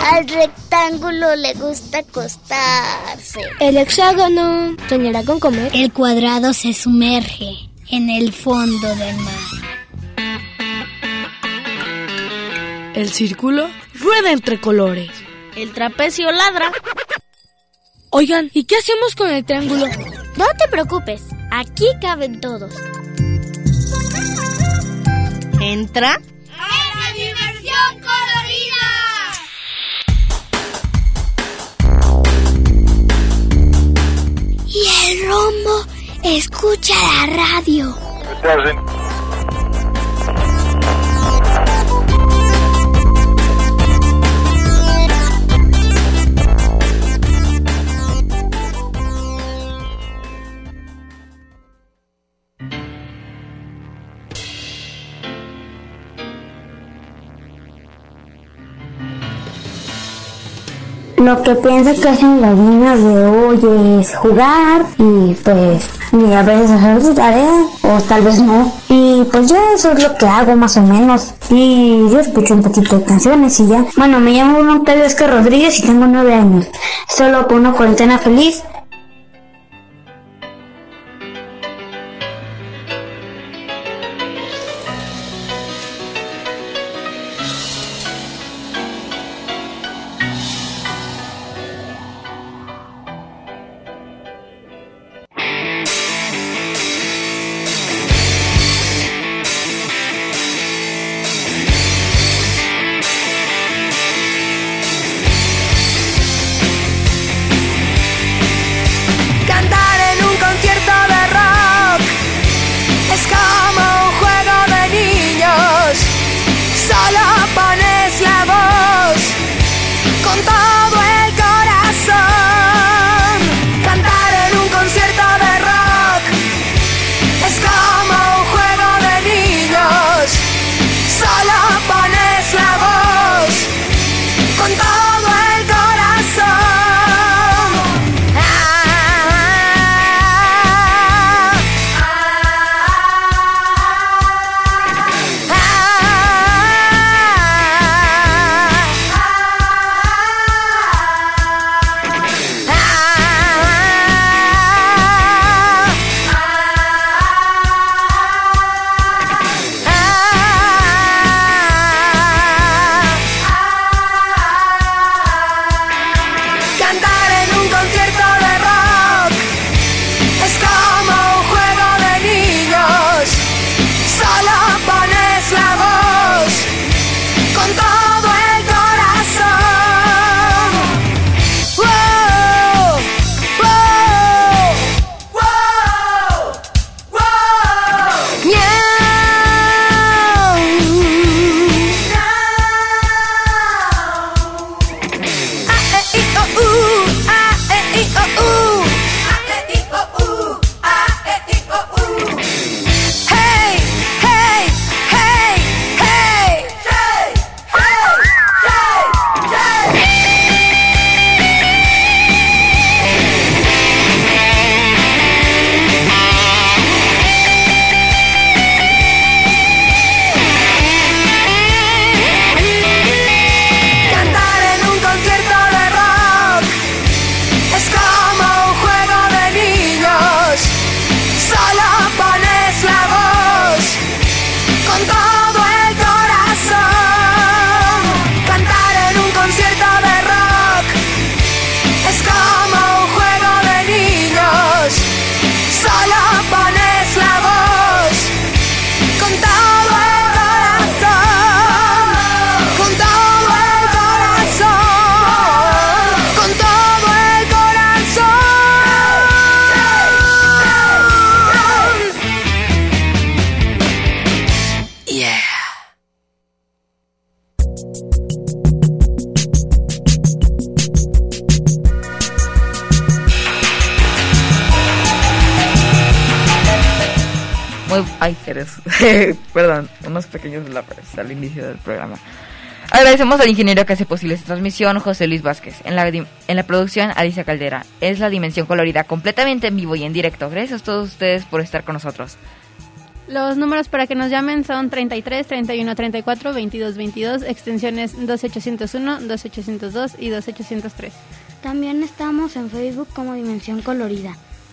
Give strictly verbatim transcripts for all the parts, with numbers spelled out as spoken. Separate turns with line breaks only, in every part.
Al rectángulo le gusta acostarse.
El hexágono soñará con comer.
El cuadrado se sumerge en el fondo del mar.
El círculo rueda entre colores.
El trapecio ladra.
Oigan, ¿y qué hacemos con el triángulo?
No te preocupes, aquí caben todos.
Entra
¡En la diversión colorida!
Y el rombo escucha la radio.
Lo que pienso que hacen los niños de hoy es jugar y pues y a veces hacer su tarea o tal vez no. Y pues ya eso es lo que hago más o menos. Y yo escucho un poquito de canciones y ya. Bueno, me llamo Octavio Oscar Rodríguez y tengo nueve años. Solo con una cuarentena feliz.
Muy... Ay, eres... Perdón, unos pequeños lápices al inicio del programa. Agradecemos al ingeniero que hace posible esta transmisión, José Luis Vázquez. En la, en la producción, Alicia Caldera. Es la Dimensión Colorida, completamente en vivo y en directo. Gracias a todos ustedes por estar con nosotros.
Los números para que nos llamen son treinta y tres, treinta y uno, treinta y cuatro, veintidós, veintidós, extensiones dos ochocientos uno, dos ochocientos dos y dos ochocientos tres.
También estamos en Facebook como Dimensión Colorida.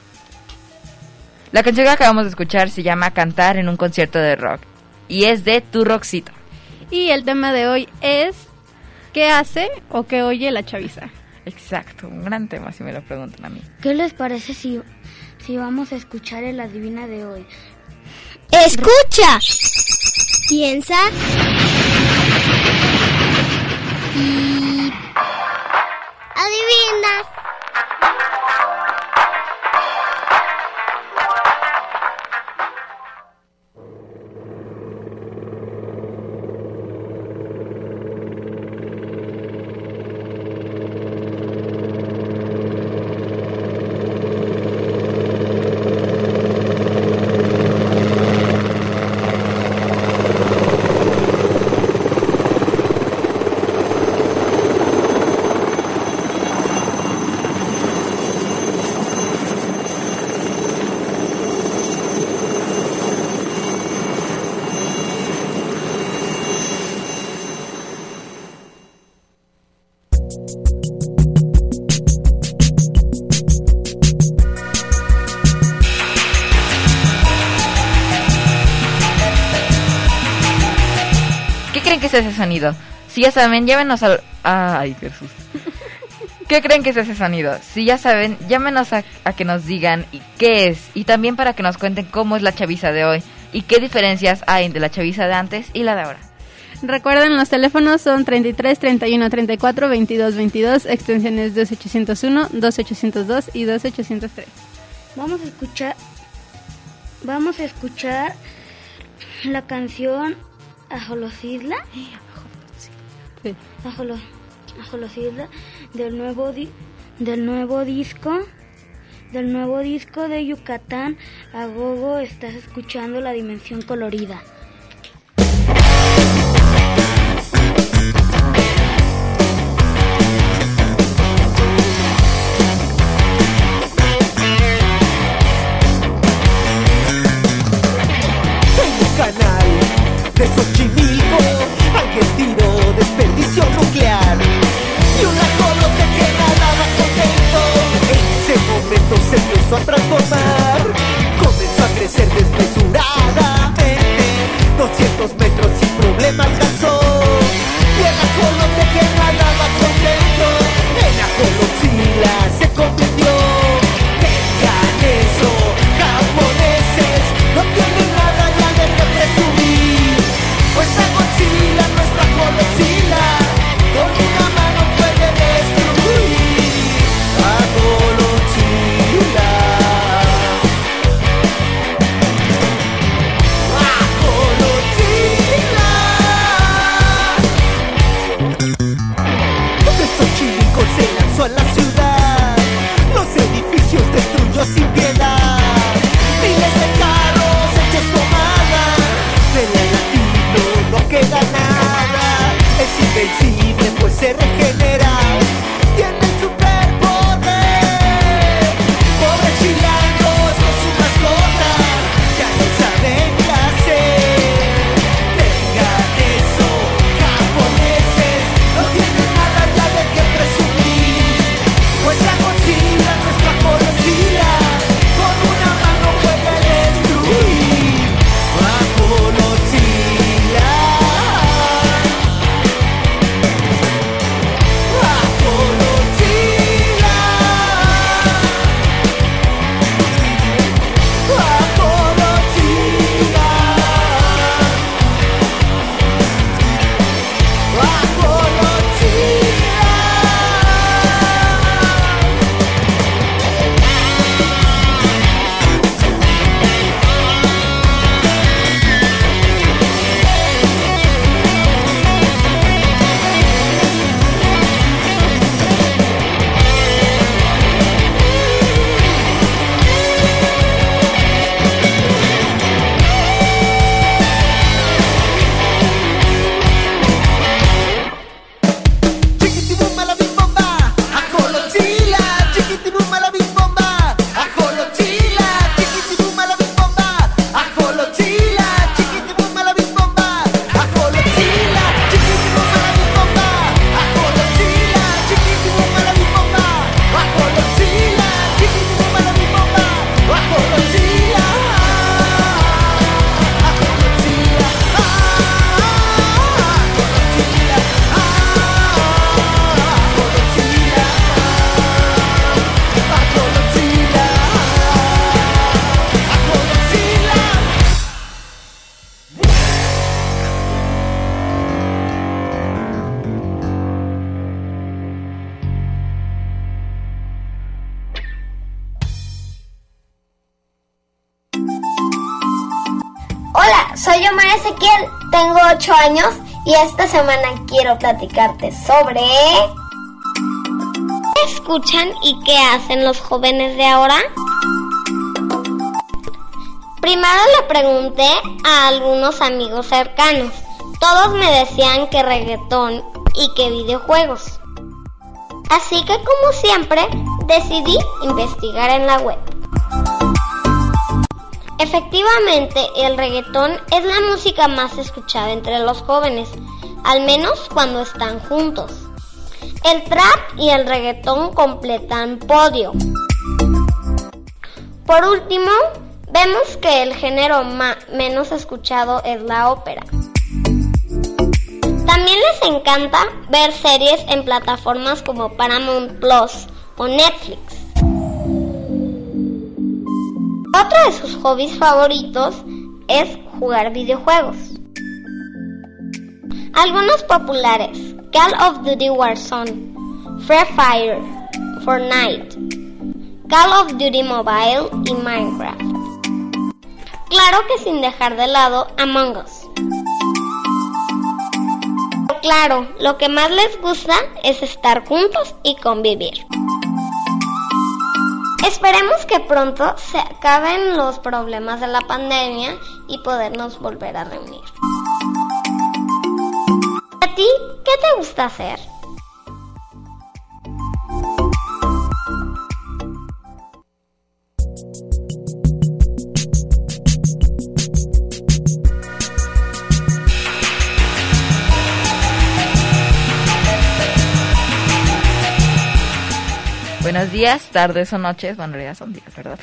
La canción que acabamos de escuchar se llama Cantar en un concierto de rock y es de Tu Roxito.
Y el tema de hoy es ¿qué hace o qué oye la chaviza?
Exacto, un gran tema si me lo preguntan a mí.
¿Qué les parece si, si vamos a escuchar el adivina de hoy?
¡Escucha! Piensa y
adivina.
¿Qué es ese sonido? Si ya saben, llámenos al... Ay, Jesús. ¿Qué creen que es ese sonido? Si ya saben, llámenos a, a que nos digan y qué es. Y también para que nos cuenten cómo es la chaviza de hoy y qué diferencias hay de la chaviza de antes y la de ahora.
Recuerden, los teléfonos son treinta y tres, treinta y uno, treinta y cuatro, veintidós, veintidós, extensiones dos ochocientos uno, dos ochocientos dos y dos ochocientos tres.
Vamos a escuchar... Vamos a escuchar la canción Ajolosidla.
Sí.
Ajolo, Ajolosidla del nuevo di, del nuevo disco del nuevo disco de Yucatán a Gogo. Estás escuchando La Dimensión Colorida.
De Xochimilco, argentino, desperdicio nuclear. Y un ajolote que nadaba contento. En ese momento se empezó a transformar. Comenzó a crecer desmesuradamente. doscientos metros sin problema alcanzó. Y el ajolote que nadaba contento en Ajolotzila se convirtió. Tengan eso, japoneses, no tienen nada ya de que presumir. Pues a Godzilla, nuestra Ajolotzila, con una mano puede destruir a Ajolotzila. Ajolotzila. De Xochimilco se lanzó a la ciudad, los edificios destruyó sin piedad. Miles de carros hechos pomada, del latino no queda nada. Es invencible pues se regenera, tiene el superpoder. Pobres chilenos con su mascota, ya no saben qué hacer. Tengan eso, japoneses, no tienen nada ya de qué presumir. Pues la Godzilla, nuestra Ajolotzila, con una mano puede destruir a Ajolotzila.
Ezequiel, tengo ocho años y esta semana quiero platicarte sobre... ¿Qué escuchan y qué hacen los jóvenes de ahora? Primero le pregunté a algunos amigos cercanos. Todos me decían que reggaetón y que videojuegos. Así que, como siempre, decidí investigar en la web. Efectivamente, el reggaetón es la música más escuchada entre los jóvenes, al menos cuando están juntos. El trap y el reggaetón completan podio. Por último, vemos que el género ma- menos escuchado es la ópera. También les encanta ver series en plataformas como Paramount Plus o Netflix. Otro de sus hobbies favoritos es jugar videojuegos. Algunos populares: Call of Duty Warzone, Free Fire, Fortnite, Call of Duty Mobile y Minecraft. Claro que sin dejar de lado Among Us. Pero claro, lo que más les gusta es estar juntos y convivir. Esperemos que pronto se acaben los problemas de la pandemia y podernos volver a reunir. ¿A ti qué te gusta hacer?
Buenos días, tardes o noches, bueno, en realidad son días, ¿verdad?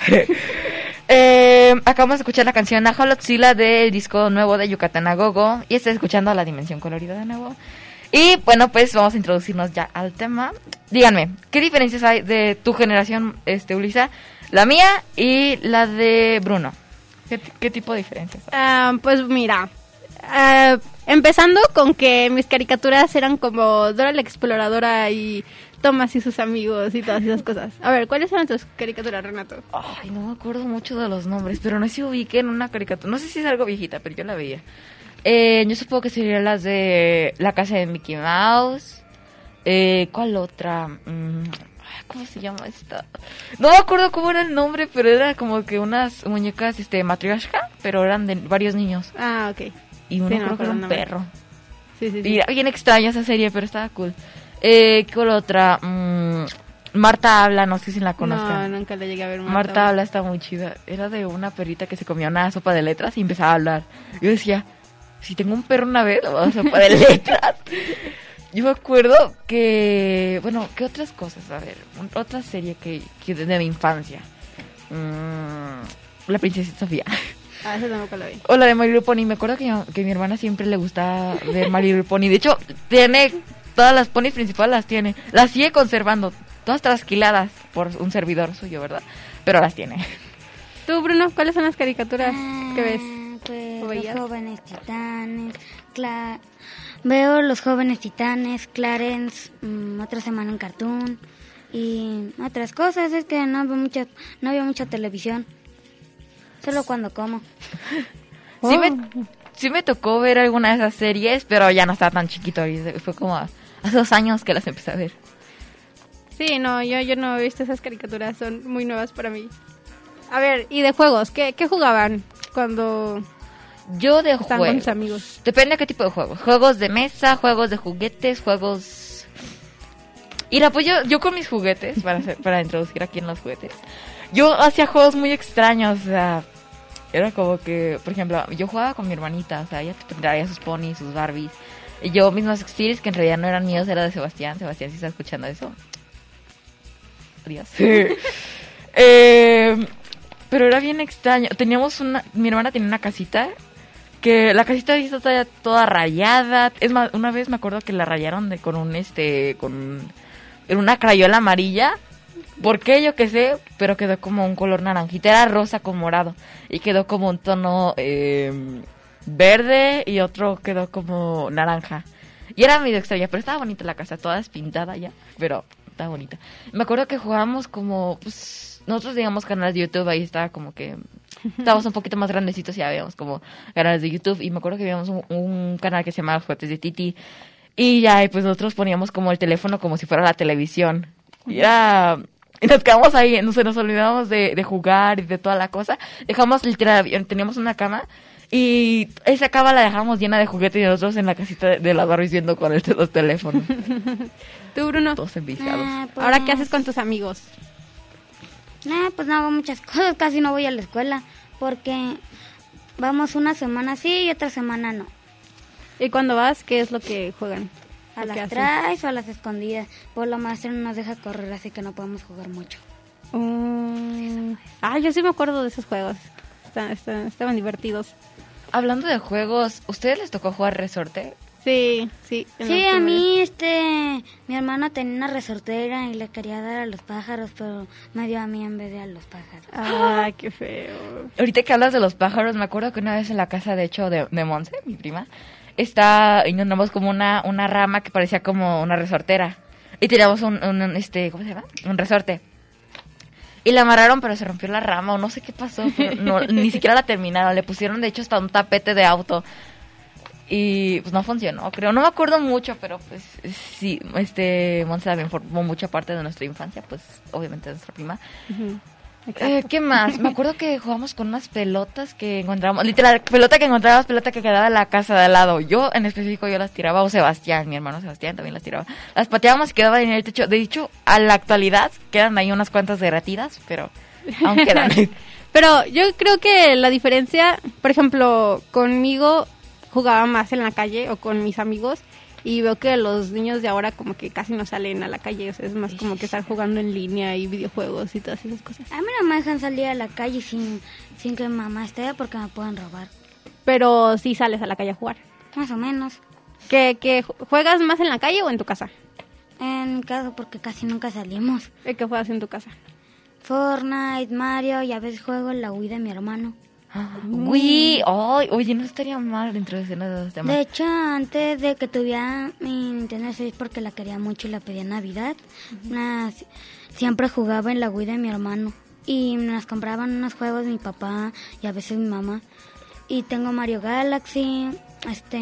eh, acabamos de escuchar la canción Ajolotzila del disco nuevo de Yucatán a Gogo y estoy escuchando La Dimensión Colorida de nuevo. Y bueno, pues vamos a introducirnos ya al tema. Díganme, ¿qué diferencias hay de tu generación, este, Ulisa, la mía y la de Bruno? ¿Qué, qué tipo de diferencias?
Uh, pues mira, uh, empezando con que mis caricaturas eran como Dora la Exploradora y Thomas y sus amigos y todas esas cosas. A ver, ¿cuáles eran tus caricaturas, Renato?
Ay, no me acuerdo mucho de los nombres, pero no sé si ubiqué en una caricatura. No sé si es algo viejita, pero yo la veía. Eh, yo supongo que serían las de La Casa de Mickey Mouse. Eh, ¿Cuál otra? Mm, ¿Cómo se llama esta? No me acuerdo cómo era el nombre, pero era como que unas muñecas, este, matryoshka, pero eran de varios niños.
Ah, ok.
Y uno
sí,
creo
no,
que era un
no,
perro.
Sí, sí, sí.
Y era bien extraña esa serie, pero estaba cool. Eh, ¿Cuál otra? Mm, Marta Habla, no sé si la conozcan.
No, nunca la llegué a ver. Marta,
Marta Habla está muy chida. Era de una perrita que se comía una sopa de letras y empezaba a hablar. Yo decía, si tengo un perro una vez, una sopa de letras. Yo me acuerdo que... Bueno, ¿qué otras cosas? A ver, otra serie que, que de, de mi infancia. Mm, La Princesita Sofía.
Ah, esa tampoco la vi.
O la de My Little Pony. Me acuerdo que, que mi hermana siempre le gustaba ver My Little Pony. De hecho, tiene... Todas las ponis principales las tiene. Las sigue conservando. Todas trasquiladas por un servidor suyo, ¿verdad? Pero las tiene.
Tú, Bruno, ¿cuáles son las caricaturas
ah,
que ves?
Pues Los Jóvenes Titanes. Cla- Veo Los Jóvenes Titanes, Clarence, mmm, otra semana en Cartoon y otras cosas. Es que no veo mucha, no veo mucha televisión. Solo cuando como.
Sí, oh. me, sí me tocó ver alguna de esas series, pero ya no estaba tan chiquito. Fue como hace dos años que las empecé a ver.
Sí, no, yo, yo no he visto esas caricaturas, son muy nuevas para mí. A ver, ¿y de juegos? ¿Qué, qué jugaban cuando
yo de
estaban
juegos?
con sus amigos?
Depende de qué tipo de juegos. Juegos de mesa, juegos de juguetes, juegos... Mira, pues yo, yo con mis juguetes, para, hacer, para introducir aquí en los juguetes, yo hacía juegos muy extraños, o sea... Era como que, por ejemplo, yo jugaba con mi hermanita, o sea, ella traía sus ponis, sus Barbies. Y yo, mis Max Steel, que en realidad no eran míos, era de Sebastián. Sebastián, ¿sí está escuchando eso? Adiós. eh, pero era bien extraño. Teníamos una, mi hermana tenía una casita, que la casita ahí está toda rayada. Es más, una vez me acuerdo que la rayaron de, con un, este, con una crayola amarilla. ¿Por qué? Yo qué sé, pero quedó como un color naranjita. Era rosa con morado. Y quedó como un tono eh, verde y otro quedó como naranja. Y era medio extraña, pero estaba bonita la casa, toda despintada ya. Pero estaba bonita. Me acuerdo que jugábamos como... Pues, nosotros teníamos canales de YouTube, ahí estaba como que... Estábamos un poquito más grandecitos y ya veíamos como canales de YouTube. Y me acuerdo que veíamos un, un canal que se llamaba Los Juguetes de Titi. Y ya, y pues nosotros poníamos como el teléfono como si fuera la televisión. Y era... Y nos quedamos ahí, no se nos olvidábamos de, de jugar y de toda la cosa. Dejamos literal, teníamos una cama y esa cama la dejábamos llena de juguetes y nosotros en la casita de, de las Barbies viendo con el, los teléfonos.
¿Tú, Bruno?
Todos enviciados.
Ah, pues,
¿Ahora qué haces con tus amigos?
Nah, pues no hago muchas cosas, casi no voy a la escuela, porque vamos una semana sí y otra semana no.
¿Y cuando vas, qué es lo que juegan?
A
¿Qué
las
hacen?
traes o a las escondidas. Pues la maestra no nos deja correr, así que no podemos jugar mucho.
Mm. Ah, yo sí me acuerdo de esos juegos. Está- está- estaban divertidos.
Hablando de juegos, ¿ustedes les tocó jugar resorte?
Sí, sí. en
Sí,
los
a
primeros.
mí, este, mi hermano tenía una resortera y le quería dar a los pájaros, pero me dio a mí en vez de a los pájaros.
Ah, qué feo.
Ahorita que hablas de los pájaros, me acuerdo que una vez en la casa, de hecho, de, de Monse, mi prima, está, encontramos como una, una rama que parecía como una resortera. Y teníamos un, un, un, este, ¿cómo se llama? Un resorte. Y la amarraron, pero se rompió la rama o no sé qué pasó. Pero no, ni siquiera la terminaron. Le pusieron, de hecho, hasta un tapete de auto. Y pues no funcionó, creo. No me acuerdo mucho, pero pues sí, este, Monse también formó mucha parte de nuestra infancia, pues obviamente de nuestra prima.
Ujú.
Eh, ¿Qué más? Me acuerdo que jugamos con unas pelotas que encontramos, literal, pelota que encontrabas, pelota que quedaba en la casa de al lado. Yo, en específico, yo las tiraba, o Sebastián, mi hermano Sebastián también las tiraba. Las pateábamos y quedaban en el techo. De hecho, a la actualidad quedan ahí unas cuantas derretidas, pero aún quedan.
Pero yo creo que la diferencia, por ejemplo, conmigo jugaba más en la calle o con mis amigos y veo que los niños de ahora como que casi no salen a la calle, o sea, es más como que estar jugando en línea y videojuegos y todas esas cosas.
A mí no me dejan salir a la calle sin, sin que mi mamá esté porque me pueden robar.
Pero sí sales a la calle a jugar.
Más o menos.
¿Que, que ju- juegas más en la calle o en tu casa?
En mi caso, porque casi nunca salimos.
¿Eh, ¿Qué juegas en tu casa?
Fortnite, Mario y a veces juego la Wii de mi hermano.
Wii, ay, oye, no estaría mal dentro de esos temas.
De hecho, antes de que tuviera mi Nintendo Switch porque la quería mucho y la pedía en Navidad, una- siempre jugaba en la Wii de mi hermano. Y me las compraban unos juegos mi papá y a veces mi mamá. Y tengo Mario Galaxy, este...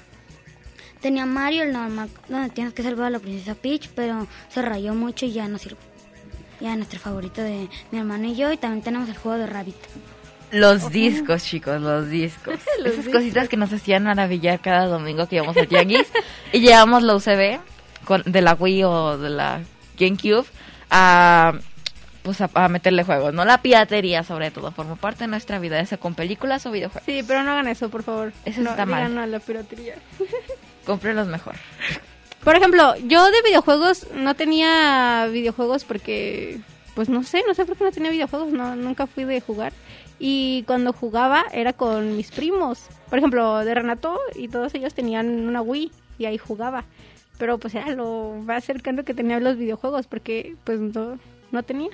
Tenía Mario, el normal, donde tienes que salvar a la princesa Peach, pero se rayó mucho y ya no sirve. Ya nuestro favorito de mi hermano y yo, y también tenemos el juego de Rabbit.
Los discos, chicos, los discos.
Los
Esas
discos.
cositas que nos hacían maravillar cada domingo que íbamos al tianguis y llevábamos la U S B con, de la Wii o de la GameCube a, pues a, a meterle juegos, ¿no? La piratería, sobre todo, formó parte de nuestra vida, esa con películas o videojuegos.
Sí, pero no hagan eso, por favor.
Eso
no,
está mal.
digan no a la piratería.
Cómprenlos mejor.
Por ejemplo, yo de videojuegos no tenía videojuegos porque, pues no sé, no sé por qué no tenía videojuegos, no, nunca fui de jugar. Y cuando jugaba era con mis primos. Por ejemplo, de Renato y todos ellos tenían una Wii y ahí jugaba. Pero pues era lo más cercano que tenía a los videojuegos porque pues no, no tenía.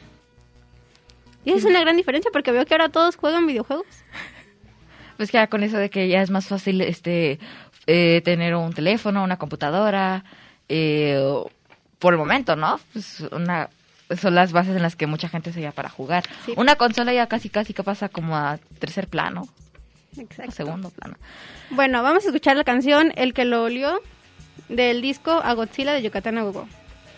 Y esa es una gran diferencia porque veo que ahora todos juegan videojuegos.
Pues que ya con eso de que ya es más fácil este eh, tener un teléfono, una computadora, eh, o- por el momento, ¿no? Pues una son las bases en las que mucha gente se lleva para jugar.
Sí.
Una consola ya casi casi que pasa como a tercer plano,
Exacto.
o segundo plano.
Bueno, vamos a escuchar la canción El que lo olió del disco A Godzilla de Yucatán a Huevo.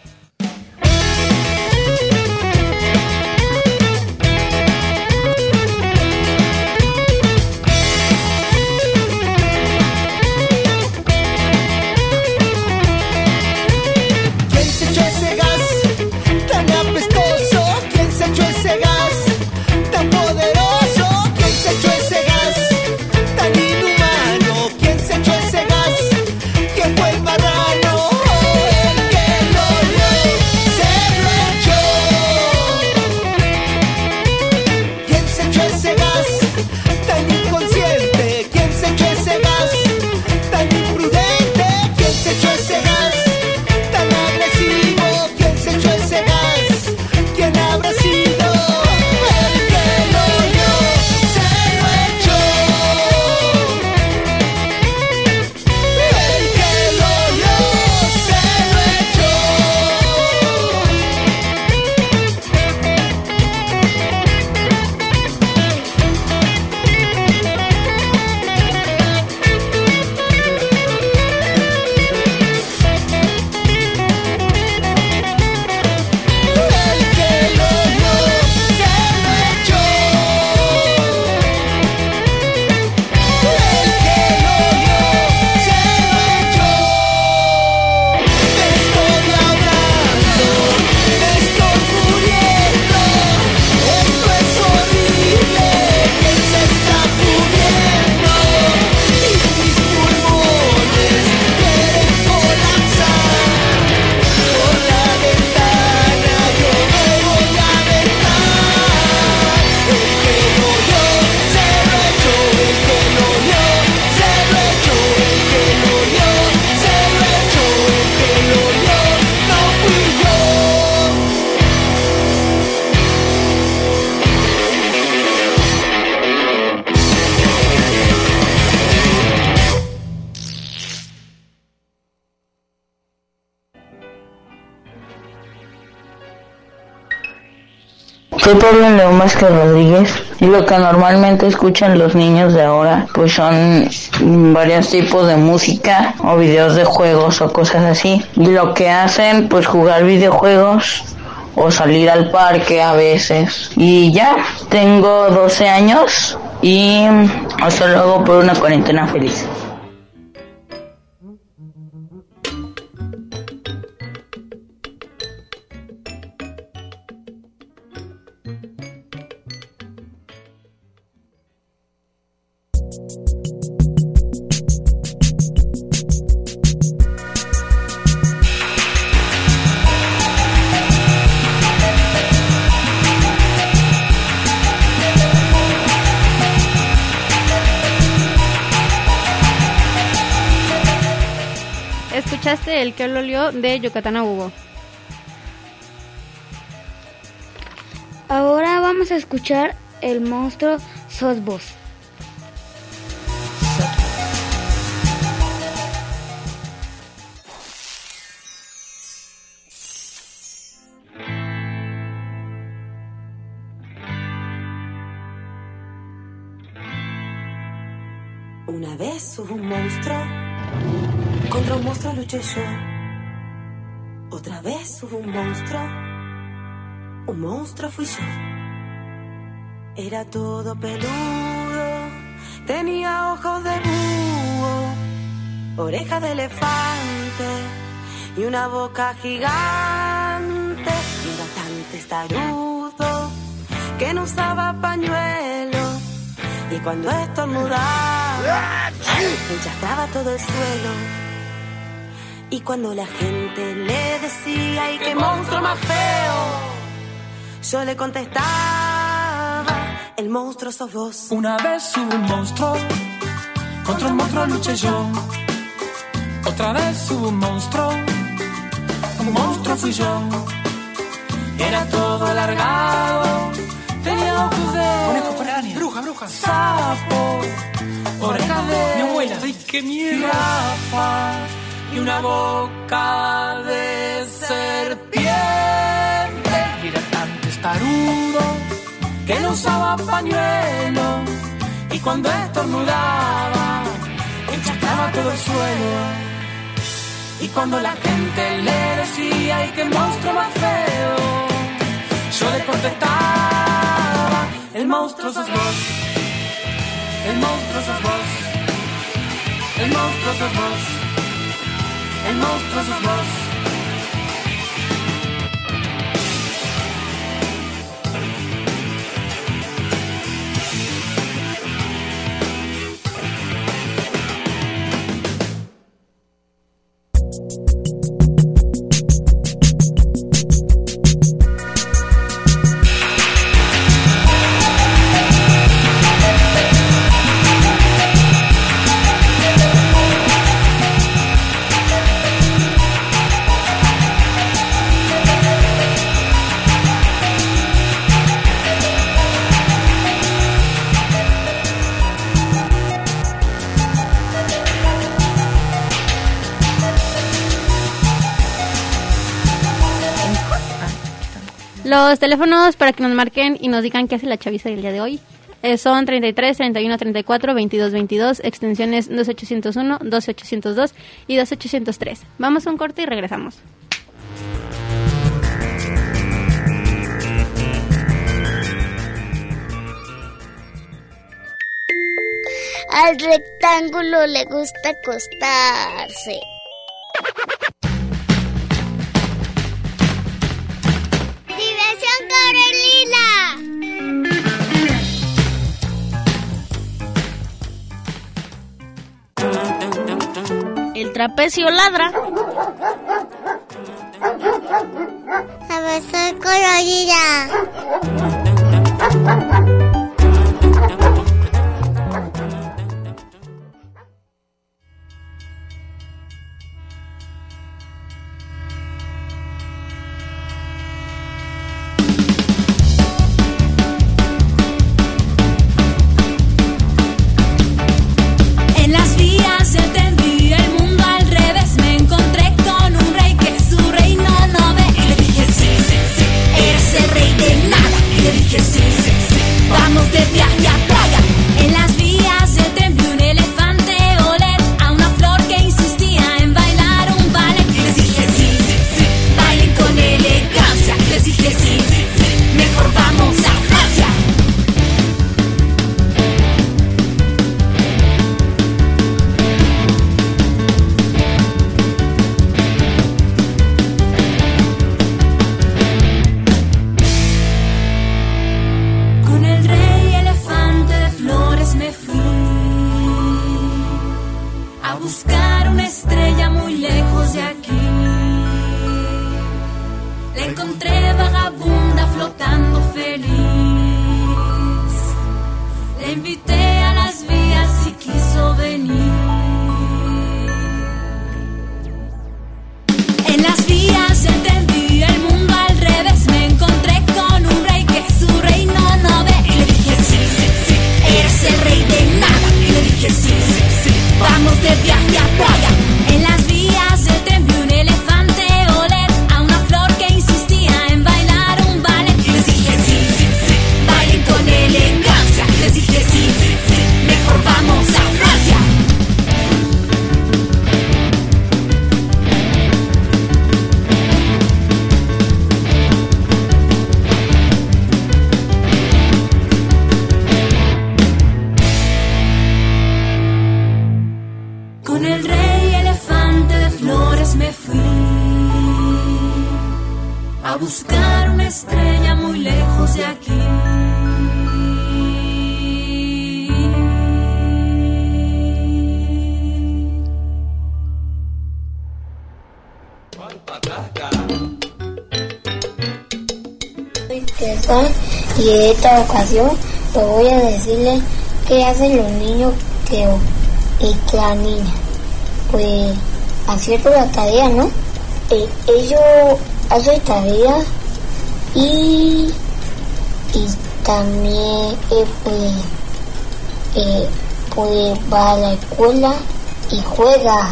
¿Quién se echó ese gas tan apestoso? ¿Quién se echó ese gas tan poderoso? ¿Quién se echó ese gas tan inhumano? ¿Quién se echó ese gas? ¿Quién fue el marrano? El que lo
Soy Pablo León Vázquez Rodríguez y lo que normalmente escuchan los niños de ahora pues son varios tipos de música o videos de juegos o cosas así. Y lo que hacen pues jugar videojuegos o salir al parque a veces. Y ya, tengo doce años y hasta luego por una cuarentena feliz.
Escuchaste el que lo lió de Yucatán a Hugo.
Ahora vamos a escuchar el monstruo sos vos.
Una vez hubo un monstruo, contra un monstruo luché yo. Otra vez hubo un monstruo, un monstruo fui yo. Era todo peludo, tenía ojos de búho, orejas de elefante y una boca gigante. Era tan testarudo que no usaba pañuelo, y cuando estornudaba enchastaba todo el suelo. Y cuando la gente le decía ¡ay, qué monstruo más feo!, yo le contestaba: el monstruo sos vos.
Una vez hubo un monstruo, contra un monstruo luché yo. Otra vez hubo un monstruo, un monstruo fui yo. Era todo alargado, tenía ojos de conejo con araña, bruja, bruja, sapo, orejas de mi abuela, ay qué miedo, jirafa y una boca de serpiente. Y era tan testarudo que no usaba pañuelo, y cuando estornudaba encharcaba todo el suelo. Y cuando la gente le decía ¡ay, qué monstruo más feo!, yo le contestaba: el monstruo sos vos, el monstruo sos vos, el monstruo sos vos, el monstruo sos vos.
Los teléfonos para que nos marquen y nos digan qué hace la chaviza del día de hoy eh, son treinta y tres, treinta y uno, treinta y cuatro, veintidós, veintidós, extensiones dos ochocientos uno, dos ochocientos dos y dos ochocientos tres. Vamos a un corte y regresamos.
Al rectángulo le gusta acostarse. ¡Diversión
Corelina! El trapecio ladra.
A ver, soy colorida.
De encontré vagabunda flotando feliz. Le invité a las vías y quiso venir. En las vías entendí el mundo al revés. Me encontré con un rey que su reino no ve. Y le dije sí, sí, sí, eres el rey de nada. Y le dije sí, sí, sí, vamos de viaje a playa. En las vías del tren vi un elefante oler a una flor que insistía en bailar un ballet. Y les dije sí, sí, sí, bailen con elegancia. Les dije sí, sí, sí, mejor vamos a Francia. Con el rey elefante de flores me fui a buscar una estrella muy lejos de aquí.
Y en esta ocasión te voy a decirle qué hacen los niños que, y que la niña. Pues acierto la tarea, ¿no? Eh, ellos hacen tarea y, y también eh, pues, eh, pues va a la escuela y juega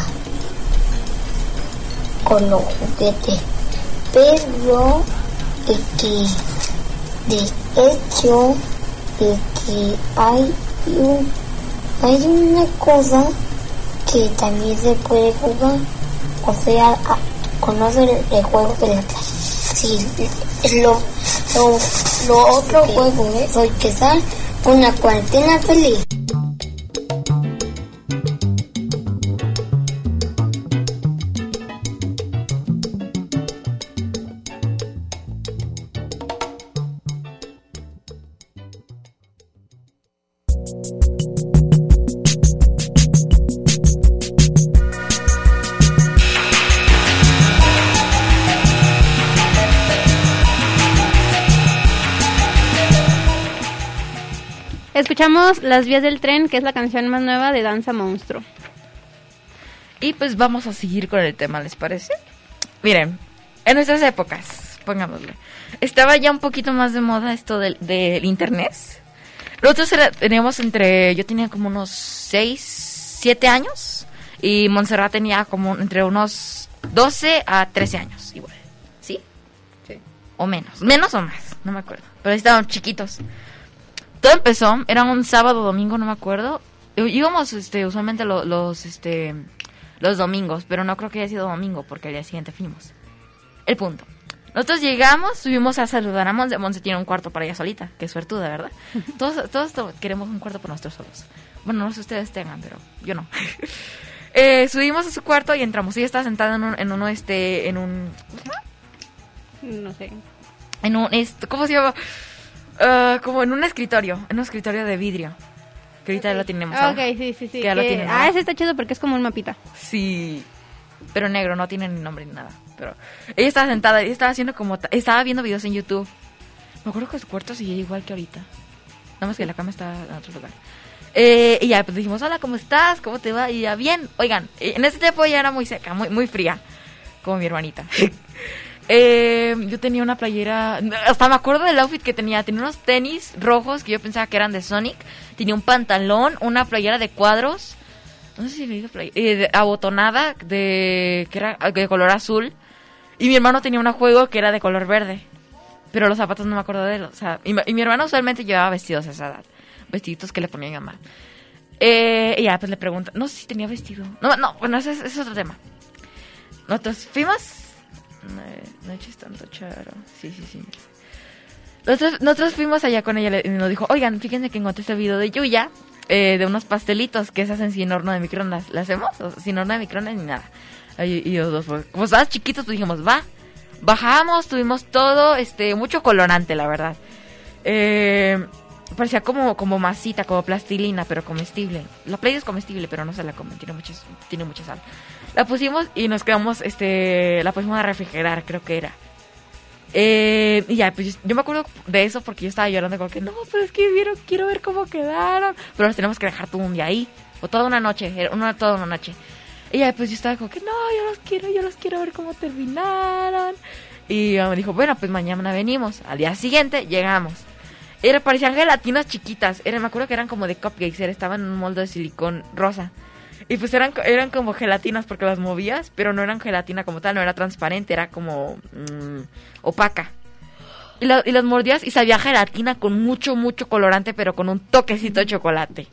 con los juguetes. Pero es que de hecho es que hay un, hay una cosa que también se puede jugar, o sea, a, conoce el, el juego de la clase. Sí, lo, lo, lo otro okay. Juego es Soy Quesal, una cuarentena feliz.
Escuchamos Las vías del tren, que es la canción más nueva de Danza Monstruo.
Y pues vamos a seguir con el tema, ¿les parece? Miren, en nuestras épocas, pongámosle, estaba ya un poquito más de moda esto del, del internet. Nosotros era, teníamos entre, yo tenía como unos seis, siete años, y Montserrat tenía como entre unos doce a trece años, igual, ¿sí? Sí. O menos, menos o más, no me acuerdo, pero estaban chiquitos. Todo empezó, era un sábado o domingo, no me acuerdo. Íbamos este, usualmente lo, los este los domingos, pero no creo que haya sido domingo porque al día siguiente fuimos. El punto. Nosotros llegamos, subimos a saludar a Monse. Monse tiene un cuarto para ella solita, qué suertuda, ¿verdad? Todos, todos queremos un cuarto para nosotros solos. Bueno, no sé si ustedes tengan, pero yo no. eh, subimos a su cuarto y entramos. Ella estaba sentada en, un, en uno, este, en un...
No sé.
En un, este, ¿cómo se llama? Uh, como en un escritorio, en un escritorio de vidrio. Que ahorita okay. ya lo tenemos.
Ah, ok, sí, sí, sí.
Que ya
que...
lo tienen,
ah, ese está chido porque es como un mapita.
Sí, pero negro, no tiene ni nombre ni nada. Pero ella estaba sentada, ella estaba haciendo como... Ta- estaba viendo videos en YouTube. Me acuerdo que su cuarto seguía igual que ahorita. Nada más que la cama está en otro lugar. Eh, y ya, pues dijimos, hola, ¿cómo estás? ¿Cómo te va? Y ya, bien. Oigan, en ese tiempo ella era muy seca, muy, muy fría. Como mi hermanita. Eh, yo tenía una playera, hasta me acuerdo del outfit que tenía. Tenía unos tenis rojos que yo pensaba que eran de Sonic. Tenía un pantalón, una playera de cuadros, no sé si me dijo playera, eh, de, abotonada de que era de color azul. Y mi hermano tenía un juego que era de color verde, pero los zapatos no me acuerdo de él. O sea, y, y mi hermano usualmente llevaba vestidos a esa edad, vestiditos que le ponía mi mamá. Eh, y ya pues le pregunto, no sé si tenía vestido. No, no, bueno, ese, ese es otro tema. Nosotros fuimos. No, no eches tanto charo. Sí, sí, sí. Nosotros, nosotros fuimos allá con ella y nos dijo, oigan, fíjense que encontré este video de Yuya, eh, de unos pastelitos que se hacen sin horno de microondas. ¿La hacemos? O, sin horno de microondas ni nada. Y, y los dos, pues, como estabas chiquitos, pues dijimos, va. Bajamos, tuvimos todo, este, mucho colorante, la verdad. Eh, parecía como, como masita, como plastilina, pero comestible. La playa es comestible, pero no se la comen, tiene, muchos, tiene mucha sal. La pusimos y nos quedamos, este, la pusimos a refrigerar, creo que era. Eh, y ya, pues yo me acuerdo de eso porque yo estaba llorando como que no, pero es que quiero, quiero ver cómo quedaron. Pero los tenemos que dejar todo un día ahí, o toda una noche, una, toda una noche. Y ya, pues yo estaba como que no, yo los quiero, yo los quiero ver cómo terminaron. Y mi mamá me dijo, bueno, pues mañana venimos. Al día siguiente llegamos. Era, parecían gelatinas chiquitas. Era, me acuerdo que eran como de cupcakes, era, estaban en un molde de silicón rosa. Y pues eran, eran como gelatinas porque las movías, pero no eran gelatina como tal, no era transparente, era como mmm, opaca. Y, la, y las mordías y sabía gelatina con mucho, mucho colorante, pero con un toquecito de chocolate.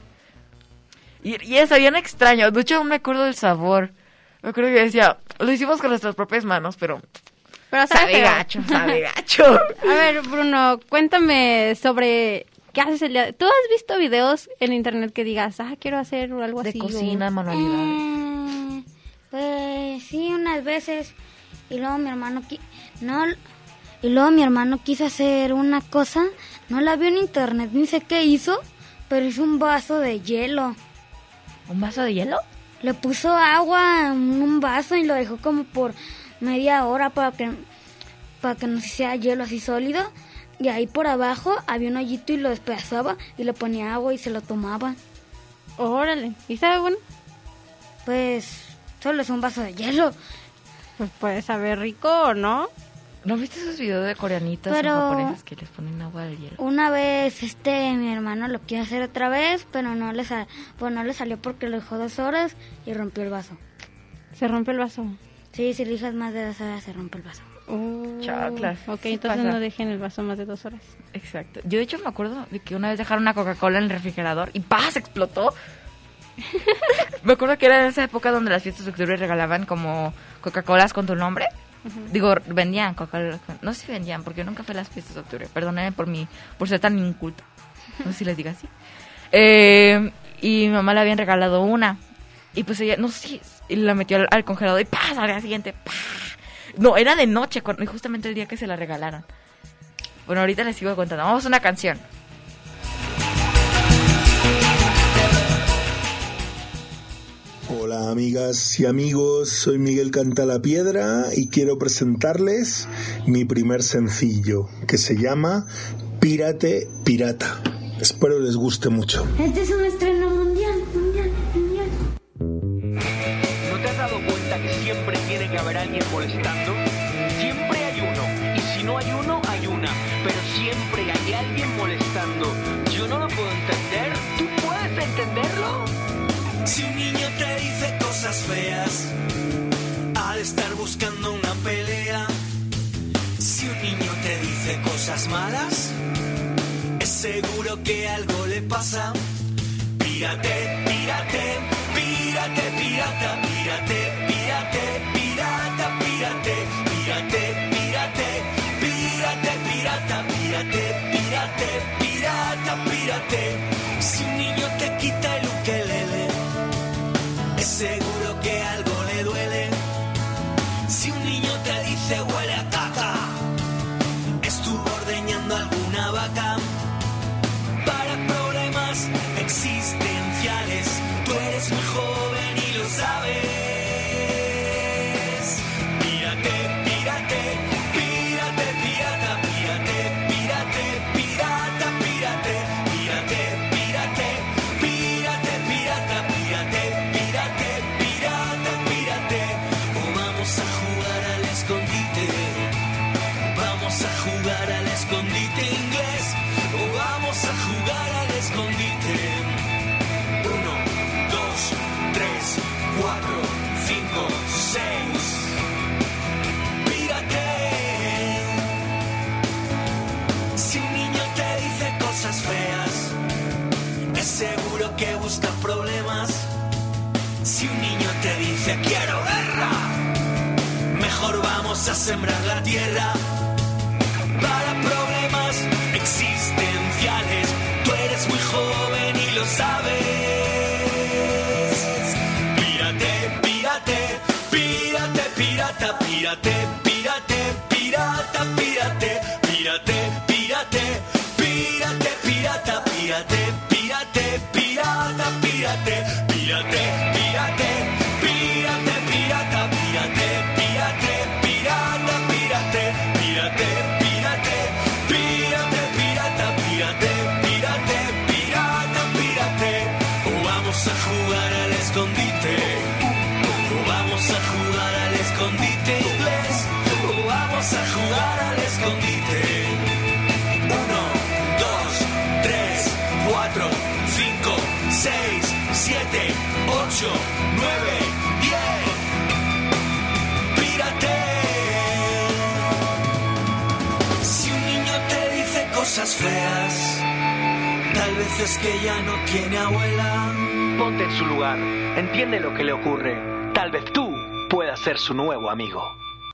Y, y sabían extraño, de hecho no me acuerdo del sabor. Me acuerdo que decía, lo hicimos con nuestras propias manos, pero...
Pero
sabe, sabe gacho, sabe gacho.
A ver, Bruno, cuéntame sobre... ¿Qué haces el día? ¿Tú has visto videos en internet que digas, ah, quiero hacer algo
de
así?
De cocina, o... manualidades.
Eh, pues sí, unas veces. Y luego mi hermano qui- no y luego mi hermano quiso hacer una cosa, no la vio en internet, ni sé qué hizo, pero hizo un vaso de hielo.
¿Un vaso de hielo?
Le puso agua en un vaso y lo dejó como por media hora para que para que no sea hielo así sólido. Y ahí por abajo había un hoyito y lo despedazaba y le ponía agua y se lo tomaba.
Órale, ¿y sabe bueno?
Pues solo es un vaso de hielo.
Pues puede saber rico, ¿no?
¿No viste esos videos de coreanitas
pero
o japonesas que les ponen agua de hielo?
Una vez este mi hermano lo quiso hacer otra vez, pero no le, sal- pues no le salió porque lo dejó dos horas y rompió el vaso.
¿Se rompe el vaso?
Sí, si le dejas más de dos horas se rompe el vaso.
Uh,
Chaclas.
Ok, entonces no dejen el vaso más de dos horas.
Exacto. Yo de hecho me acuerdo de que una vez dejaron una Coca-Cola en el refrigerador y ¡pah! Se explotó. Me acuerdo que era en esa época donde las fiestas de octubre regalaban como Coca-Colas con tu nombre. Uh-huh. Digo, vendían Coca-Cola. No sé si vendían, porque yo nunca fui a las fiestas de octubre. Perdónenme por mi, por ser tan inculta. No sé si les digo así. Eh, y mi mamá le habían regalado una. Y pues ella, no sé si, y la metió al, al congelador y ¡pah! Al día siguiente, ¡pah! No, era de noche, justamente el día que se la regalaron. Bueno, ahorita les sigo contando. Vamos a una canción.
Hola amigas y amigos, soy Miguel Cantalapiedra y quiero presentarles mi primer sencillo que se llama Pírate Pirata. Espero les guste mucho.
Este es un estreno mundial, mundial, mundial.
¿No te has dado cuenta que siempre tiene que haber alguien molestando? Siempre hay uno, y si no hay uno, hay una, pero siempre hay alguien molestando. Yo no lo puedo entender, ¿tú puedes entenderlo?
Si un niño te dice cosas feas, ha de estar buscando una pelea. Si un niño te dice cosas malas, es seguro que algo le pasa. Pírate, pírate, pírate, pirata, pírate, pírate, pirata, pírate, pírate, pírate, pírate, pirata, pírate, pírate, pirata, pírate. Si un niño te quita el ukelele, es seguro que algo le duele. Si un niño te dice huele a caca, estuvo ordeñando alguna vaca. Para problemas existenciales, tú eres muy joven y lo sabes. Pírate, pírate, pírate, pirata, pírate, pírate, pirata, pírate, pírate, pírate, pírate, pirata, pírate, pírate, pirata, pírate. O vamos a jugar al escondite, vamos a jugar al escondite inglés. O vamos a jugar al escondite. Uno, dos, tres, cuatro, cinco, seis. Pírate. Si un niño te dice cosas feas, es seguro que busca problemas. Si un niño te dice quiero guerra, mejor vamos a sembrar la tierra. Para problemas existenciales, tú eres muy joven y lo sabes. Pírate, pírate, pírate, pirata, pírate, pírate, pirata, pírate, pírate, pírate, pírate, pirata, pírate, pírate, pirata, pírate, pírate, pírate, pírate, pirata, pírate, pírate, pirata, pírate, pírate. ocho, nueve, diez. Pírate. Si un niño te dice cosas feas, tal vez es que ya no tiene abuela.
Ponte en su lugar, entiende lo que le ocurre. Tal vez tú puedas ser su nuevo amigo.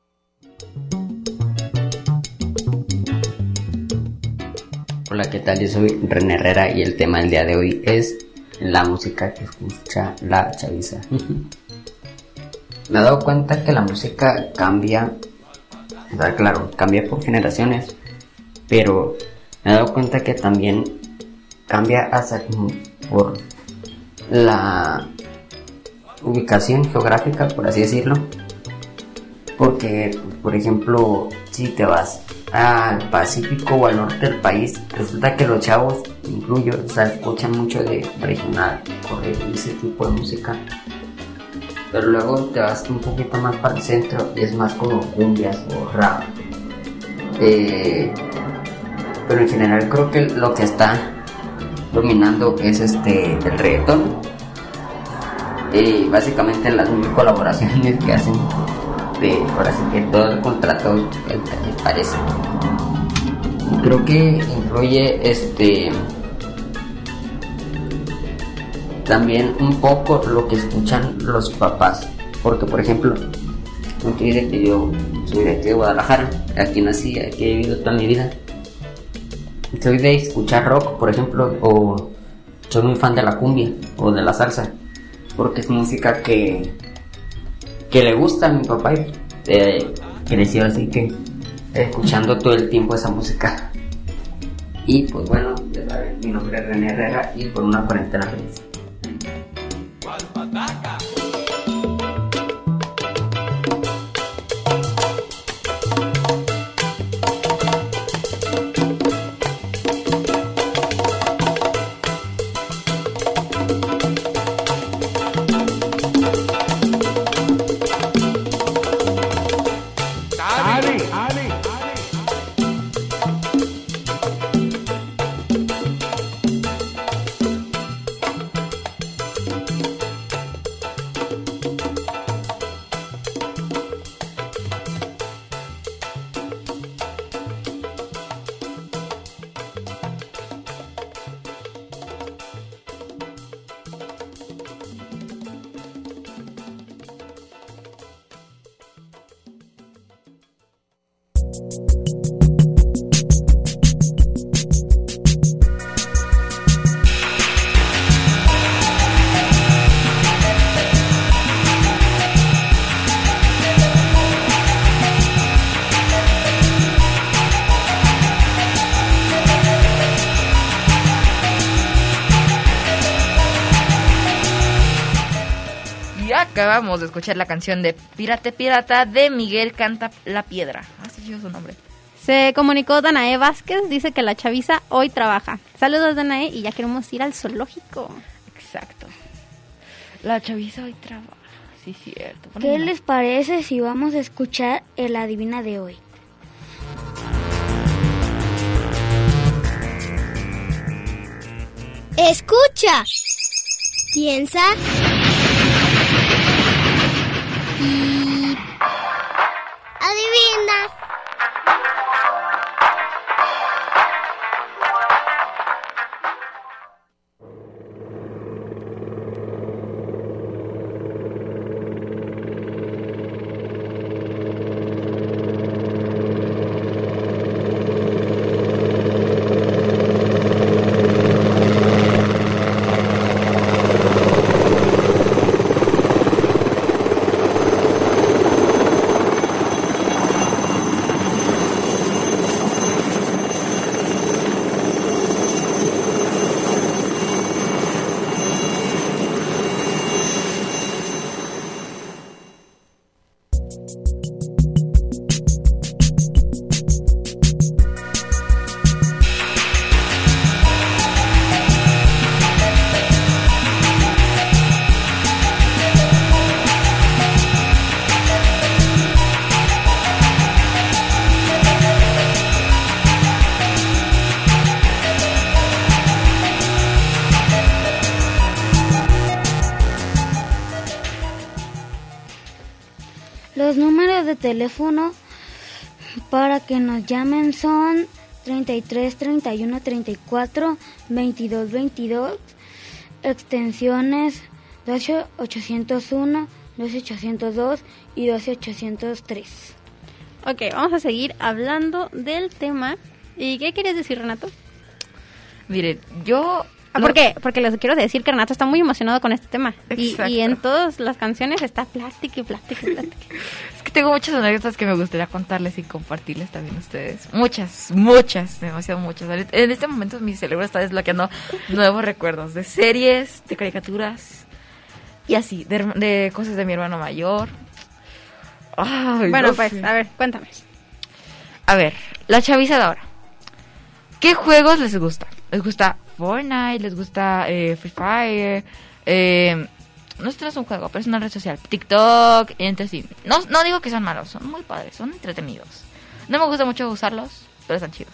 Hola, ¿qué tal? Yo soy René Herrera y el tema del día de hoy es la música que escucha la chaviza. Me he dado cuenta que la música cambia, o sea, claro, cambia por generaciones, pero me he dado cuenta que también cambia hasta por la ubicación geográfica, por así decirlo. Porque, por ejemplo, si te vas al Pacífico o al norte del país, resulta que los chavos, incluyo, o sea, escuchan mucho de regional, corrido, ese tipo de música. Pero luego te vas un poquito más para el centro y es más como cumbias o rap. Eh, pero en general creo que lo que está dominando es este el reggaetón. Y básicamente las mil colaboraciones que hacen, de ahora sí que todo el contrato que parece. Creo que influye este también un poco lo que escuchan los papás, porque por ejemplo, como te dice que yo soy de aquí de Guadalajara, aquí nací, aquí he vivido toda mi vida. Soy de escuchar rock, por ejemplo, o soy muy fan de la cumbia o de la salsa, porque es música que que le gusta a mi papá y eh, creció así que escuchando todo el tiempo esa música. Y pues bueno, ya saben, mi nombre es René Herrera y por una cuarentena feliz.
Acabamos de escuchar la canción de Pírate Pirata de Miguel Canta la Piedra. Así es su nombre.
Se comunicó Danae Vázquez, dice que la chaviza hoy trabaja. Saludos, Danae, y ya queremos ir al zoológico.
Exacto. La chaviza hoy trabaja, sí, cierto.
¿Qué Ponemos. les parece si vamos a escuchar el adivina de hoy?
Escucha, piensa y adivina.
de teléfono para que nos llamen son treinta y tres, treinta y uno, treinta y cuatro, veintidós, veintidós, extensiones doce ochocientos uno, doce ochocientos dos y doce ochocientos tres.
Ok, vamos a seguir hablando del tema. ¿Y qué querías decir, Renato?
Mire, yo...
Ah, ¿por qué? Porque les quiero decir que Renato está muy emocionado con este tema. Y, y en todas las canciones está plática y plática y plática.
Es que tengo muchas anécdotas que me gustaría contarles y compartirles también a ustedes. Muchas, muchas, demasiado muchas. En este momento mi cerebro está desbloqueando nuevos recuerdos de series, de caricaturas y así, de, de cosas de mi hermano mayor. Ay,
bueno,
no
pues,
sé.
a ver, cuéntame.
A ver, la chaviza de ahora. ¿Qué juegos les gusta? ¿Les gusta Fortnite? ¿Les gusta eh, Free Fire? Eh, no, esto no es un juego, pero es una red social. TikTok, entonces sí. No, no digo que son malos, son muy padres, son entretenidos. No me gusta mucho usarlos, pero están chidos.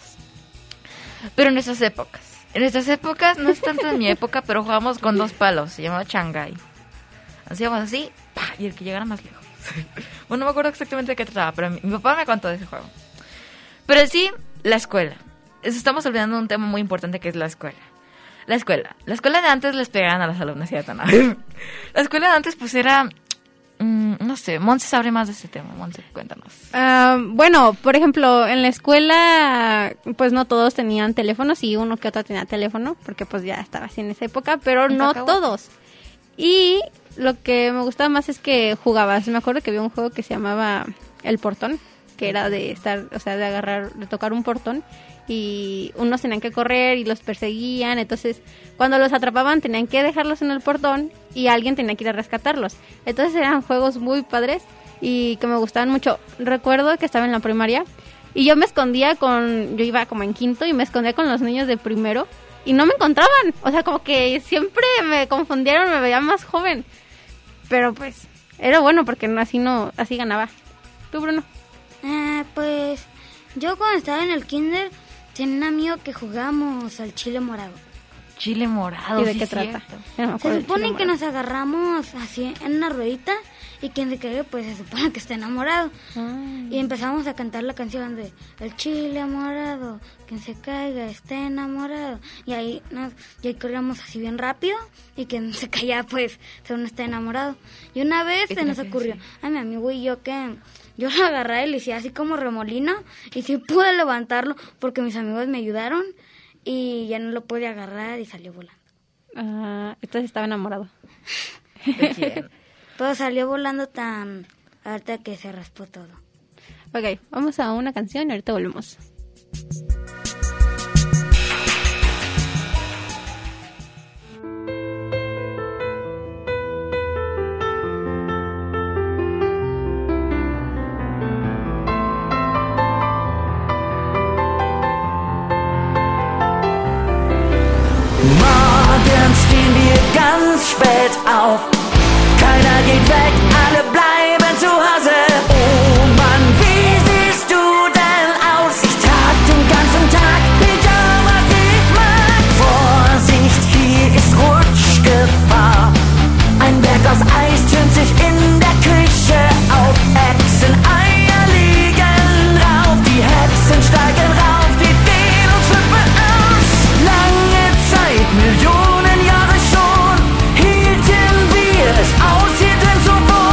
Pero en nuestras épocas. En nuestras épocas, no es tanto de mi época, pero jugábamos con dos palos. Se llamaba Shanghai. Hacíamos así, ¡pah! Y el que llegara más lejos. Bueno, no me acuerdo exactamente de qué trataba, pero mi, mi papá me contó de ese juego. Pero en sí, la escuela. Estamos olvidando un tema muy importante que es la escuela. La escuela. La escuela de antes les pegaban a las alumnas, ¿cierto? No. La escuela de antes pues era... Mmm, no sé, Monse sabe más de ese tema. Monse, cuéntanos.
Uh, bueno, por ejemplo, en la escuela pues no todos tenían teléfonos y uno que otro tenía teléfono, porque pues ya estaba así en esa época, pero no todos. Y lo que me gustaba más es que jugabas. Me acuerdo que había un juego que se llamaba El Portón, que era de estar, o sea, de agarrar, de tocar un portón y unos tenían que correr y los perseguían, entonces cuando los atrapaban tenían que dejarlos en el portón y alguien tenía que ir a rescatarlos. Entonces eran juegos muy padres y que me gustaban mucho. Recuerdo que estaba en la primaria y yo me escondía con, yo iba como en quinto y me escondía con los niños de primero y no me encontraban, o sea, como que siempre me confundieron, me veía más joven, pero pues era bueno porque no, así no, así ganaba. ¿Tú, Bruno?
Eh, pues yo cuando estaba en el kinder tenía un amigo que jugábamos al chile morado.
Chile morado.
¿Y de
sí
qué
cierto.
trata?
Se supone que nos agarramos así en una ruedita y quien se caiga pues se supone que está enamorado. Ah. Y empezamos a cantar la canción de el chile morado, quien se caiga está enamorado. Y ahí nos, y ahí corríamos así bien rápido y quien se caía pues según está enamorado. Y una vez se nos ocurrió a mi amigo y yo que... Yo lo agarré y le hice así como remolino y sí pude levantarlo porque mis amigos me ayudaron y ya no lo pude agarrar y salió volando.
Uh, entonces estaba enamorado.
¿De quién?
Pero salió volando tan harta que se raspó todo.
Ok, vamos a una canción y ahorita volvemos.
Ganz spät auf, keiner geht weg, alle bleiben zu Hause. Oh Mann, wie siehst du denn aus? Ich trag den ganzen Tag Pyjamas, ich mag. Vorsicht, hier ist Rutschgefahr. Ein Berg aus Eis türmt sich in der Küche auf. Echsen, Eier liegen drauf, die Hexen steigen rauf, die Dinos flippen aus. Lange Zeit, Millionen Jahre schon, hielten wir es aus, hier drin zu wohnen.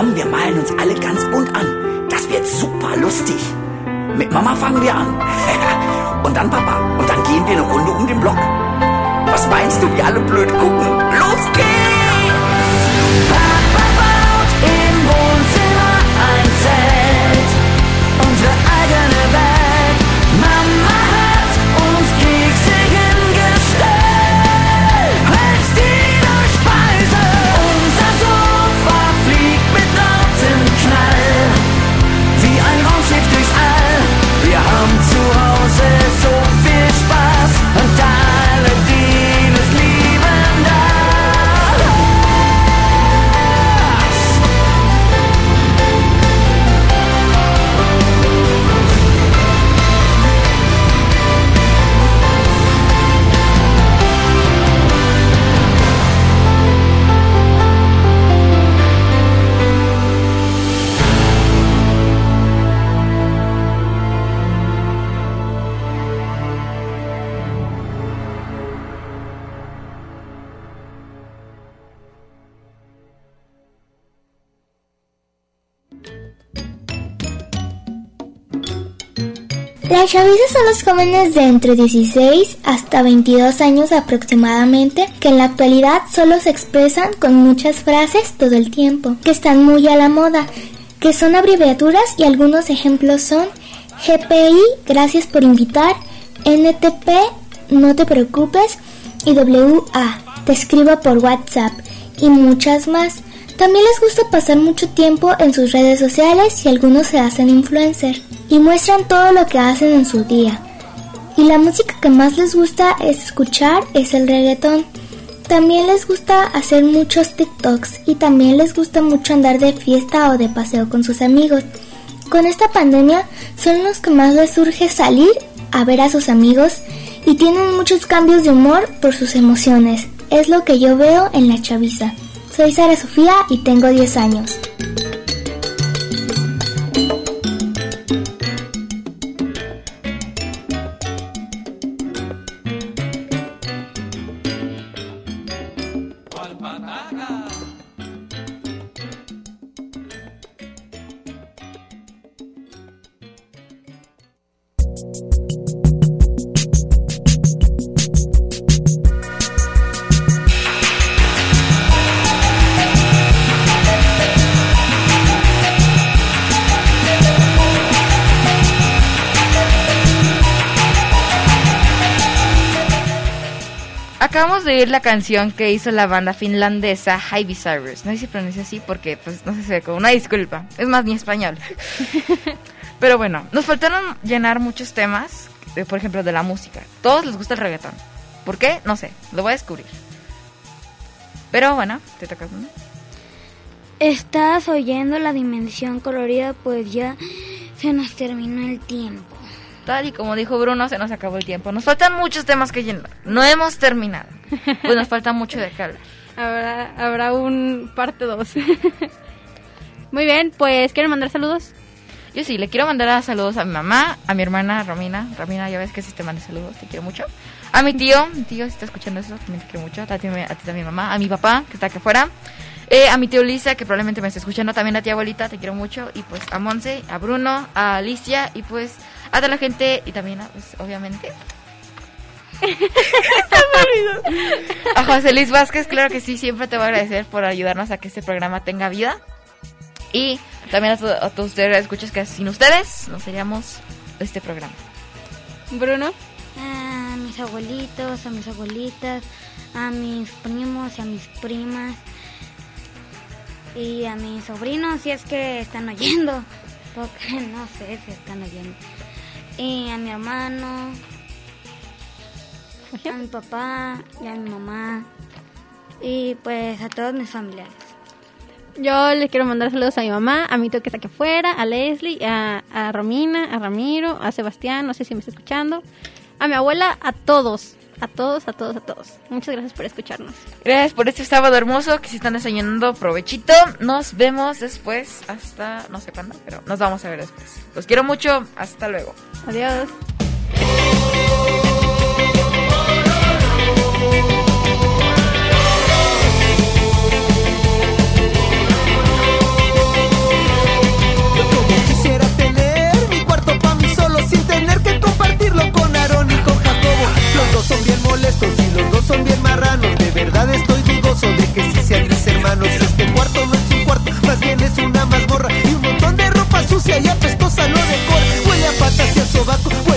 Komm, wir malen uns alle ganz bunt an. Das wird super lustig. Mit Mama fangen wir an. Und dann Papa. Und dann gehen wir eine Runde um den Block. Was meinst du, die alle blöd gucken? Los geht's! Papa baut im Wohnzimmer ein Zelt. Unsere eigene Welt. Mama hat uns Kekse hingestellt. Als die Speise. Unser Sofa fliegt mit lautem Knall. Wie ein Raumschiff durchs All. Wir haben zu Hause so viel Spaß. Und alle, die es lieben, das.
La chaviza son los jóvenes de entre dieciséis hasta veintidós años aproximadamente, que en la actualidad solo se expresan con muchas frases todo el tiempo, que están muy a la moda, que son abreviaturas y algunos ejemplos son G P I, gracias por invitar, N T P, no te preocupes, y W A, te escribo por WhatsApp, y muchas más. También les gusta pasar mucho tiempo en sus redes sociales y algunos se hacen influencer y muestran todo lo que hacen en su día. Y la música que más les gusta es escuchar es el reggaetón. También les gusta hacer muchos TikToks y también les gusta mucho andar de fiesta o de paseo con sus amigos. Con esta pandemia son los que más les surge salir a ver a sus amigos y tienen muchos cambios de humor por sus emociones. Es lo que yo veo en la chaviza. Soy Sara Sofía y tengo diez años.
Acabamos de oír la canción que hizo la banda finlandesa Hybe Cyrus. No sé si se pronuncia así porque, pues, no sé si se como una disculpa. Es más, ni español. Pero bueno, nos faltaron llenar muchos temas, de, por ejemplo, de la música. Todos les gusta el reggaetón. ¿Por qué? No sé, lo voy a descubrir. Pero bueno, te toca, ¿no?
Estás oyendo La Dimensión Colorida, pues ya se nos terminó el tiempo.
Tal y como dijo Bruno, se nos acabó el tiempo. Nos faltan muchos temas que llenar. No hemos terminado. Pues nos falta mucho de qué hablar.
Habrá, habrá un parte dos. Muy bien, pues ¿quieren mandar saludos?
Yo sí, le quiero mandar saludos a mi mamá, a mi hermana Romina. Romina, ya ves que sí te manda saludos, te quiero mucho. A mi tío, mi tío, si está escuchando eso, también te quiero mucho. A ti, a ti también, mamá. A mi papá, que está aquí afuera. Eh, a mi tío Lisa, que probablemente me esté escuchando. También a ti, abuelita, te quiero mucho. Y pues a Monse, a Bruno, a Alicia y pues a toda la gente. Y también, a, pues obviamente... a José Luis Vázquez, claro que sí, siempre te voy a agradecer por ayudarnos a que este programa tenga vida. Y también a, to- a todos ustedes escuchas que sin ustedes no seríamos este programa.
Bruno.
A mis abuelitos, a mis abuelitas, a mis primos y a mis primas y a mis sobrinos, si es que están oyendo, porque no sé si están oyendo. Y a mi hermano, a mi papá y a mi mamá y pues a todos mis familiares.
Yo les quiero mandar saludos a mi mamá, a mi tío que está aquí afuera, a Leslie, a, a Romina, a Ramiro, a Sebastián, no sé si me está escuchando, a mi abuela, a todos, a todos, a todos, a todos. Muchas gracias por escucharnos.
Gracias por este sábado hermoso, que si están desayunando, provechito. Nos vemos después, hasta no sé cuándo, pero nos vamos a ver después. Los quiero mucho, hasta luego.
Adiós.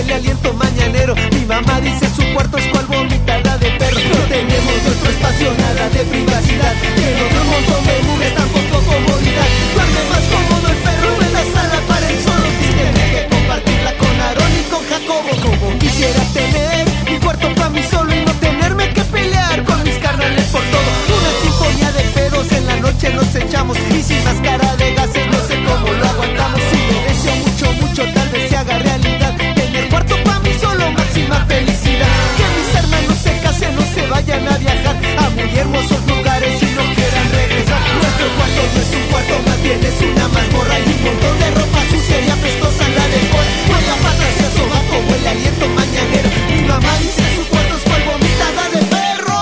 huele a aliento mañanero. Mi mamá dice su cuarto es cual vomitada de perro. No tenemos nuestro espacio, nada de privacidad. Lleno de un montón de mugre, tampoco comodidad. Duerme más cómodo el perro en la sala para el solo, sin tener que compartirla con Aarón y con Jacobo. Como quisiera tener mi cuarto para mí solo y no tenerme que pelear con mis carnales por todo. Una sinfonía de pedos en la noche nos echamos y sin máscara de gases no sé cómo lo aguantamos. Si me deseo mucho, mucho, tal vez se haga realidad. Tener cuarto para mí solo, máxima felicidad. Que mis hermanos se casen, no se vayan a viajar a muy hermosos lugares y no quieran regresar. Nuestro cuarto no es un cuarto, más bien es una mazmorra y un montón de ropa sucia y apestosa la decora. Huele a patas y a sobaco, huele a aliento mañanero. Mi mamá dice su cuarto es cual vomitada de perro.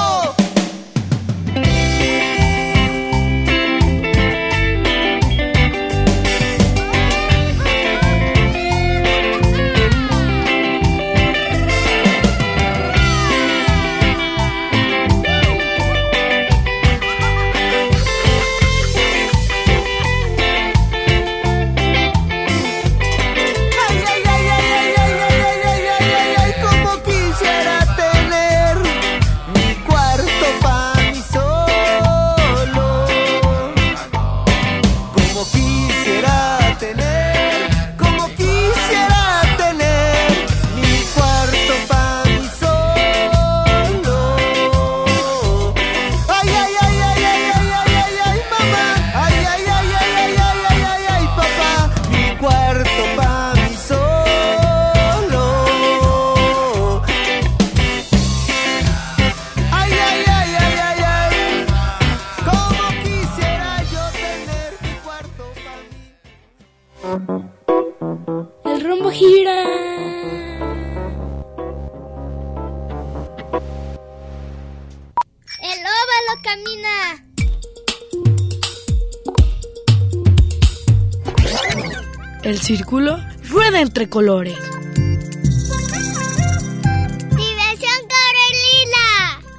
El rombo gira.
El óvalo camina.
El círculo rueda entre colores.
Diversión Corelina.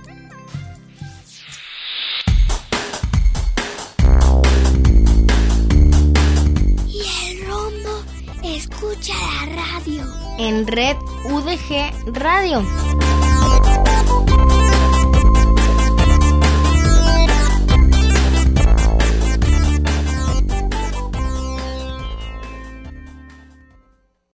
Y el rombo escucha la radio.
En Red U D G Radio.